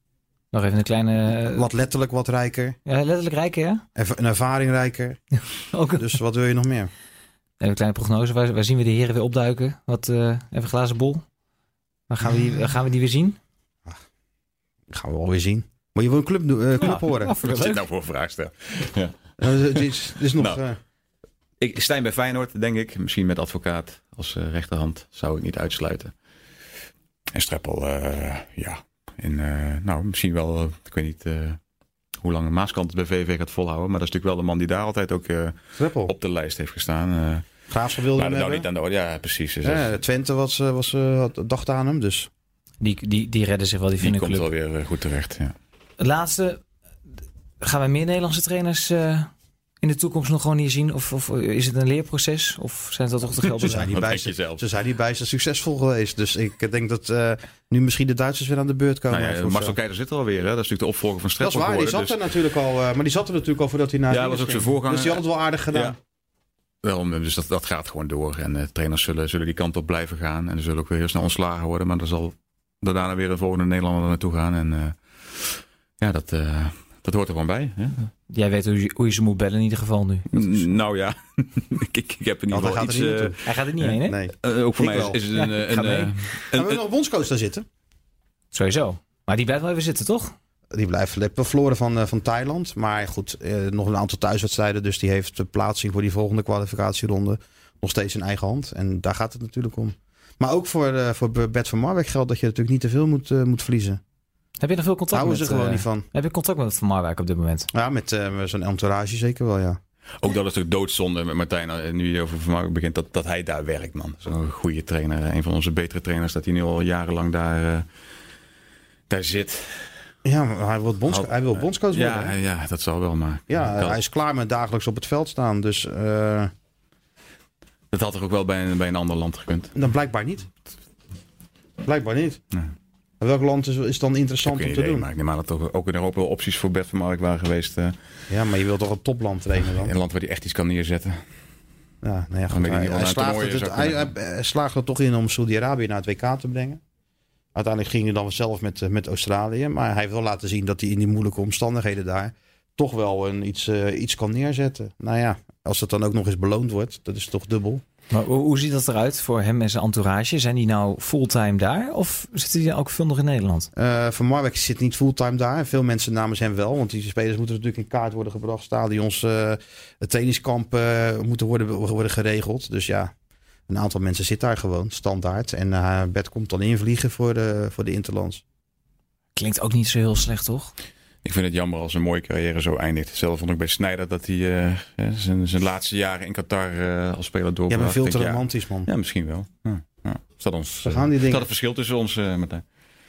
Speaker 4: Nog even een kleine... Uh,
Speaker 1: Wat letterlijk wat rijker.
Speaker 4: ja, letterlijk rijken, ja?
Speaker 1: Erva- Een ervaringrijker.
Speaker 4: Ook
Speaker 1: Dus wat wil je nog meer?
Speaker 4: even een kleine prognose. Waar, waar zien we de heren weer opduiken? Wat, uh, even glazen bol. Waar gaan we die, waar gaan we die weer zien?
Speaker 1: Gaan we wel weer zien. Maar je wil een club, uh, club
Speaker 4: Ja,
Speaker 1: horen.
Speaker 4: ja, voor
Speaker 2: Wat
Speaker 4: de
Speaker 2: zit
Speaker 4: leuk.
Speaker 2: nou voor een vraagstel? Ja.
Speaker 1: Uh, dit is, dit is nog...
Speaker 2: Nou.
Speaker 1: uh,
Speaker 2: Ik, Stijn bij Feyenoord, denk ik. Misschien met advocaat als uh, rechterhand. Zou ik niet uitsluiten. En Streppel, uh, ja. En, uh, nou, misschien wel, uh, ik weet niet uh, hoe lang Maaskant het bij V V V gaat volhouden. Maar dat is natuurlijk wel de man die daar altijd ook uh,
Speaker 1: Streppel.
Speaker 2: op de lijst heeft gestaan. Uh,
Speaker 1: Graafschap wilde
Speaker 2: maar
Speaker 1: hem
Speaker 2: dat nou
Speaker 1: hebben.
Speaker 2: niet aan de orde. Ja, precies. Dus
Speaker 1: Ja,
Speaker 2: dat-
Speaker 1: Twente was, uh, was, uh, had- dacht aan hem, dus...
Speaker 4: Die, die, die redden zich wel, die
Speaker 2: die
Speaker 4: vinden
Speaker 2: komt
Speaker 4: club.
Speaker 2: wel weer uh, goed terecht. Ja.
Speaker 4: Het laatste. Gaan wij meer Nederlandse trainers uh, in de toekomst nog gewoon hier zien? Of, of is het een leerproces? Of zijn het toch de
Speaker 1: Ze
Speaker 4: gelden?
Speaker 1: zijn niet
Speaker 2: Wat denk
Speaker 1: bijster,
Speaker 2: je zelf?
Speaker 1: ze zijn niet bijster succesvol geweest. Dus ik denk dat uh, nu misschien de Duitsers weer aan de beurt komen.
Speaker 2: Nou ja,
Speaker 1: Of zo.
Speaker 2: Marcel Keizer zit er alweer. Hè? Dat is natuurlijk de opvolger van
Speaker 1: Dat
Speaker 2: Streppel
Speaker 1: is waar, die
Speaker 2: geworden.
Speaker 1: zat
Speaker 2: dus-
Speaker 1: er natuurlijk al. Uh, maar die zat er natuurlijk al voordat hij naar
Speaker 2: Ja,
Speaker 1: de
Speaker 2: was ook
Speaker 1: ging.
Speaker 2: zijn voorganger.
Speaker 1: Dus die had het wel aardig gedaan.
Speaker 2: Ja. Wel, dus dat, dat gaat gewoon door. En uh, trainers zullen, zullen die kant op blijven gaan. En er zullen ook weer heel snel ontslagen worden. Maar er zal daarna weer een volgende Nederlander naartoe gaan. En uh, ja, dat, uh, dat hoort er gewoon bij. Hè?
Speaker 4: Jij weet hoe je, hoe je ze moet bellen in ieder geval nu.
Speaker 2: N- Nou ja, ik, ik, ik heb in ieder
Speaker 1: Want hij
Speaker 2: geval
Speaker 1: gaat
Speaker 2: iets...
Speaker 1: er niet
Speaker 2: uh,
Speaker 1: naartoe.
Speaker 4: Hij gaat er niet heen, hè?
Speaker 1: Nee.
Speaker 2: uh, ook voor
Speaker 1: Ik
Speaker 2: mij is,
Speaker 1: wel.
Speaker 2: is het een...
Speaker 4: Ja,
Speaker 2: uh,
Speaker 4: ik ga
Speaker 2: een,
Speaker 4: mee.
Speaker 2: uh,
Speaker 1: En
Speaker 2: een-
Speaker 1: we hebben nog een bondscoach daar zitten.
Speaker 4: Sowieso. Maar die blijft wel even zitten, toch?
Speaker 1: Die blijft lekker verloren van, uh, van Thailand. Maar goed, uh, nog een aantal thuiswedstrijden. Dus die heeft de plaatsing voor die volgende kwalificatieronde nog steeds in eigen hand. En daar gaat het natuurlijk om. Maar ook voor, uh, voor Bert van Marwijk geldt dat je natuurlijk niet te veel moet, uh, moet verliezen.
Speaker 4: Heb je nog veel contact
Speaker 1: Houden
Speaker 4: met...
Speaker 1: ze gewoon
Speaker 4: uh,
Speaker 1: niet van.
Speaker 4: Heb je contact met Van Marwijk op dit moment?
Speaker 1: Ja, met uh, zo'n entourage zeker wel, ja.
Speaker 2: Ook dat is natuurlijk doodzonde met Martijn. uh, Nu je over Van Marwijk begint, dat, dat hij daar werkt, man. Zo'n goede trainer. Een van onze betere trainers. Dat hij nu al jarenlang daar, uh, daar zit.
Speaker 1: Ja, maar hij wil, bondsco-
Speaker 2: Al-
Speaker 1: hij wil bondscoach worden.
Speaker 2: Ja,
Speaker 1: hè?
Speaker 2: ja, dat zal wel, maar...
Speaker 1: Ja,
Speaker 2: dat,
Speaker 1: hij is klaar met dagelijks op het veld staan. Dus uh,
Speaker 2: dat had er ook wel bij een, bij een ander land gekund.
Speaker 1: dan blijkbaar niet. Blijkbaar niet.
Speaker 2: Nee.
Speaker 1: En welk land is, is dan interessant om te
Speaker 2: idee,
Speaker 1: doen?
Speaker 2: Maar ik neem aan dat er ook in Europa wel opties voor Bert van Marwijk waren geweest. Uh,
Speaker 1: Ja, maar je wilt toch een topland trainen dan?
Speaker 2: een land waar hij echt iets kan neerzetten.
Speaker 1: Ja, nou ja, goed,
Speaker 2: Waarmee
Speaker 1: hij,
Speaker 2: die
Speaker 1: hij,
Speaker 2: al naar
Speaker 1: slaagde
Speaker 2: toernooien
Speaker 1: het,
Speaker 2: zou
Speaker 1: hij,
Speaker 2: kunnen
Speaker 1: hij, hij slaagde er toch in om Saudi-Arabië naar het W K te brengen. Uiteindelijk ging hij dan zelf met, uh, met Australië. Maar hij heeft wel laten zien dat hij in die moeilijke omstandigheden daar toch wel een, iets, uh, iets kan neerzetten. Nou ja, als het dan ook nog eens beloond wordt, dat is toch dubbel.
Speaker 4: Maar hoe, hoe ziet dat eruit voor hem en zijn entourage? Zijn die nou fulltime daar of zitten die ook veel nog in Nederland?
Speaker 1: Uh, Van Marwijk zit niet fulltime daar. Veel mensen namens hem wel. Want die spelers moeten natuurlijk in kaart worden gebracht. Stadions, uh, het trainingskamp uh, moeten worden, worden geregeld. Dus ja, een aantal mensen zit daar gewoon, standaard. En uh, Bert komt dan invliegen voor de, voor de Interlands.
Speaker 4: Klinkt ook niet zo heel slecht, toch?
Speaker 2: Ik vind het jammer als een mooie carrière zo eindigt. Zelf vond ik bij Sneijder dat hij uh, zijn, zijn laatste jaren in Qatar uh, als speler doorbracht.
Speaker 1: Ja, maar veel te
Speaker 2: denk,
Speaker 1: romantisch, man.
Speaker 2: Ja, ja misschien wel. Ja, ja. Staat ons,
Speaker 1: Daar gaan die dingen.
Speaker 2: staat het verschil tussen ons, uh, Martijn.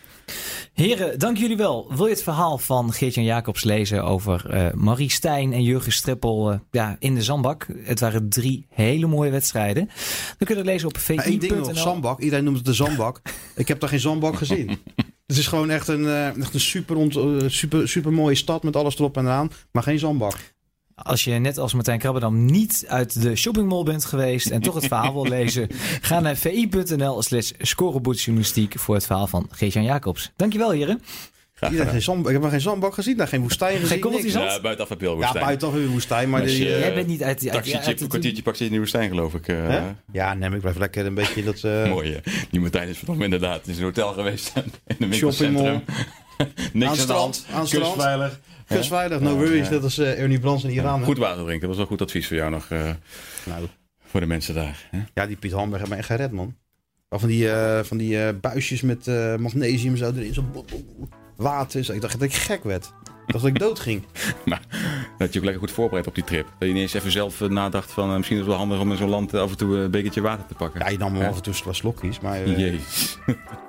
Speaker 4: Heren, dank jullie wel. Wil je het verhaal van Geert-Jan Jacobs lezen over uh, Marie Stijn en Jurgen Streppel uh, ja, in de zandbak? Het waren drie hele mooie wedstrijden. Dan kun je het lezen op v i punt n l.
Speaker 1: Eén ding nog, zandbak. Iedereen noemt het de zandbak. Ik heb daar geen zandbak gezien. Het is gewoon echt een, uh, echt een super, ont, uh, super, super mooie stad met alles erop en eraan. Maar geen zandbak.
Speaker 4: Als je net als Martijn Krabberdam niet uit de shoppingmall bent geweest en toch het verhaal wil lezen, ga naar v i punt n l slash scorebordjournalistiek voor het verhaal van Geert-Jan Jacobs. Dankjewel, heren.
Speaker 1: Geen zand, ik heb maar geen zandbak gezien, daar geen woestijn gezien.
Speaker 4: Geen niks.
Speaker 2: Ja, buitenaf heb je wel woestijn.
Speaker 1: Ja, buitenaf heb je woestijn. Maar
Speaker 2: Als je,
Speaker 1: die, uh,
Speaker 4: Jij bent niet uit die... Uit,
Speaker 2: taxietje,
Speaker 4: uit, uit,
Speaker 2: een kwartiertje pak je in de woestijn, geloof ik. Uh,
Speaker 1: Hè? Ja, nee, maar ik blijf lekker een beetje in dat... Uh,
Speaker 2: Mooi, hè? Die Martijn is verdomme inderdaad. is een hotel geweest in een
Speaker 1: shoppingmall.
Speaker 2: Niks
Speaker 1: aan strand. Aan strand.
Speaker 2: Kustveilig.
Speaker 1: Kustveilig, no worries. Dat is uh, Ernie Brans in Iran.
Speaker 2: Goed water drinken, dat was wel goed advies voor jou nog. Uh,
Speaker 1: nou.
Speaker 2: Voor de mensen daar. Hè?
Speaker 1: Ja, die Piet Hamberg heeft me echt gered, man. Al van die, uh, van die uh, buisjes met uh, magnesium zo erin. Zo water. Zo. Ik dacht dat ik gek werd. Ik dacht dat ik dood ging.
Speaker 2: Maar dat je ook lekker goed voorbereid op die trip. Dat je niet eens even zelf uh, nadacht van uh, misschien is het wel handig om in zo'n land uh, af en toe een bekertje water te pakken.
Speaker 1: Ja, je nam wel ja. af en toe slokjes. Maar, uh,
Speaker 2: Jezus.